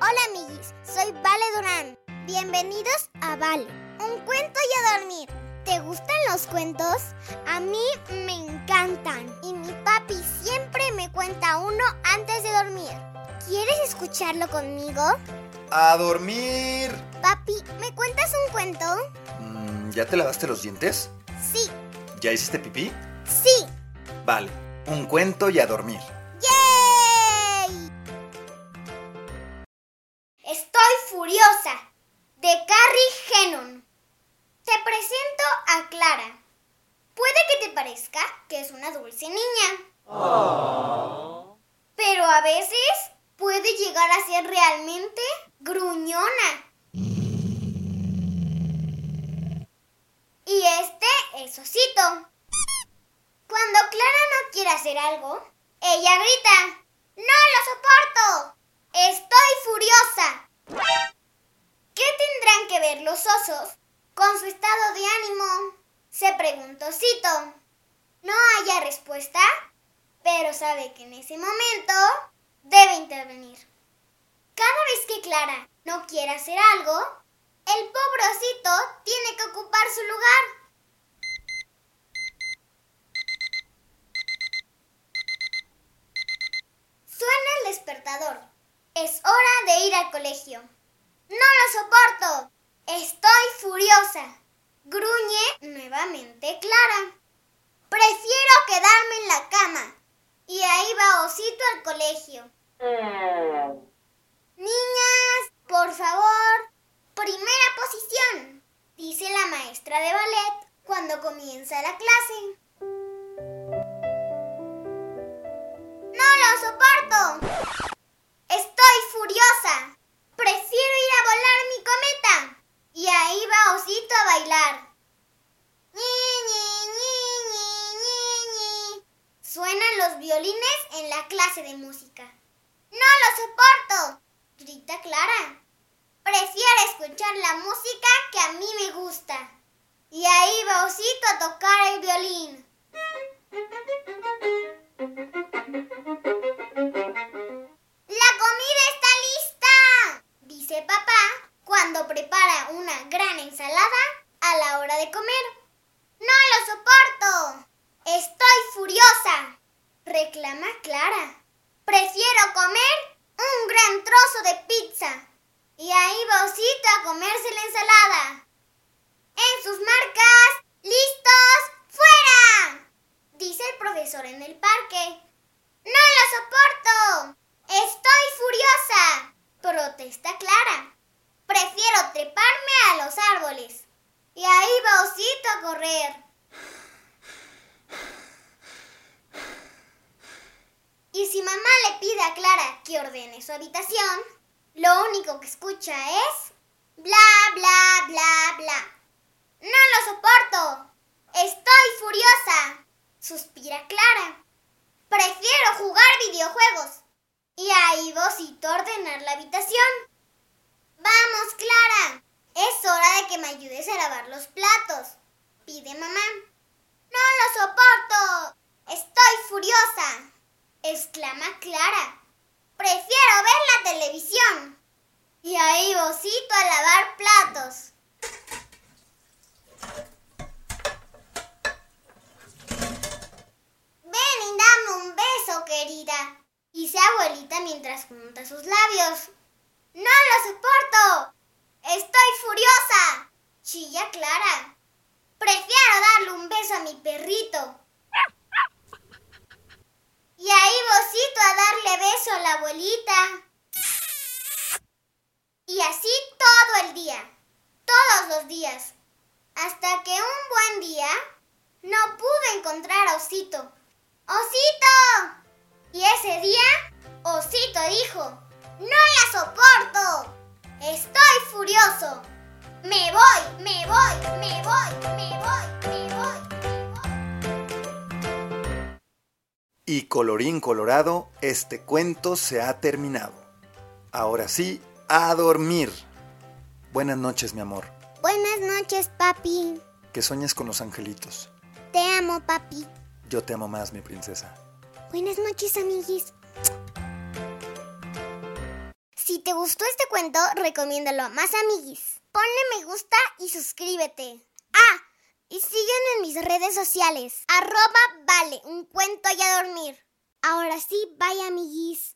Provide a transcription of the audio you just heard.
Hola amiguis, soy Vale Durán. Bienvenidos a Vale, un cuento y a dormir. ¿Te gustan los cuentos? A mí me encantan y mi papi siempre me cuenta uno antes de dormir. ¿Quieres escucharlo conmigo? ¡A dormir! Papi, ¿me cuentas un cuento? ¿Ya te lavaste los dientes? Sí. ¿Ya hiciste pipí? Sí. Vale, un cuento y a dormir. ¡Yay! Estoy furiosa, de Carrie Henon. Te presento a Clara. Puede que te parezca que es una dulce niña. Oh. Pero a veces puede llegar a ser realmente gruñona. Y este es Osito. Cuando Clara no quiere hacer algo, ella grita: ¡No lo soporto! ¡Estoy furiosa! ¿Qué tendrán que ver los osos con su estado de ánimo?, se preguntó Osito. No haya respuesta, pero sabe que en ese momento debe intervenir. Cada vez que Clara no quiere hacer algo, el pobre osito tiene que ocupar su lugar. Suena el despertador. Es hora de ir al colegio. ¡No lo soporto! ¡Estoy furiosa!, gruñe nuevamente Clara. Prefiero quedarme en la cama. Y ahí va Osito al colegio. Niñas, por favor, primera posición, dice la maestra de ballet cuando comienza la clase. ¡No lo soporto! ¡Estoy furiosa! ¡Prefiero ir a volar mi cometa! Y ahí va Osito a bailar. ¡Ñi, ñi, ñi, ñi, ñi, ñi! Suenan los violines en la clase de música. ¡No lo soporto!, grita Clara. Prefiero escuchar la música que a mí me gusta. Y ahí va Osito a tocar el violín. ¡La comida está lista!, dice papá cuando prepara una gran ensalada a la hora de comer. ¡No lo soporto! ¡Estoy furiosa!, reclama Clara. Prefiero comer un gran trozo de pizza. Y ahí va Osito a comerse la ensalada. En sus marcas, ¡listos, fuera!, dice el profesor en el parque. ¡No lo soporto! ¡Estoy furiosa!, protesta Clara. Prefiero treparme a los árboles. Y ahí va Osito a correr. Y si mamá le pide a Clara que ordene su habitación, lo único que escucha es bla, bla, bla, bla. ¡No lo soporto! ¡Estoy furiosa!, suspira Clara. Prefiero jugar videojuegos. Y ahí va Osito a ordenar la habitación. Vamos, Clara, es hora de que me ayudes a lavar los platos, pide mamá. ¡No lo soporto! ¡Estoy furiosa!, exclama Clara. Prefiero ver la televisión. Y ahí va Osito a lavar platos. Ven y dame un beso, querida, dice abuelita mientras junta sus labios. ¡No lo soporto! ¡Estoy furiosa!, chilla Clara. Prefiero darle un beso a mi perrito. Y ahí va Osito a darle beso a la abuelita. Y así todo el día, todos los días, hasta que un buen día no pude encontrar a Osito. ¡Osito! Y ese día, Osito dijo: ¡No la soporto! ¡Estoy furioso! ¡Me voy, me voy, me voy, me voy, me voy, me voy! Y colorín colorado, este cuento se ha terminado. Ahora sí, a dormir. Buenas noches, mi amor. Buenas noches, papi. Que sueñes con los angelitos. Te amo, papi. Yo te amo más, mi princesa. Buenas noches, amiguis. Si te gustó este cuento, recomiéndalo a más amiguis. Ponle me gusta y suscríbete. Ah, y sígueme en mis redes sociales. @vale, un cuento y a dormir. Ahora sí, bye amiguis.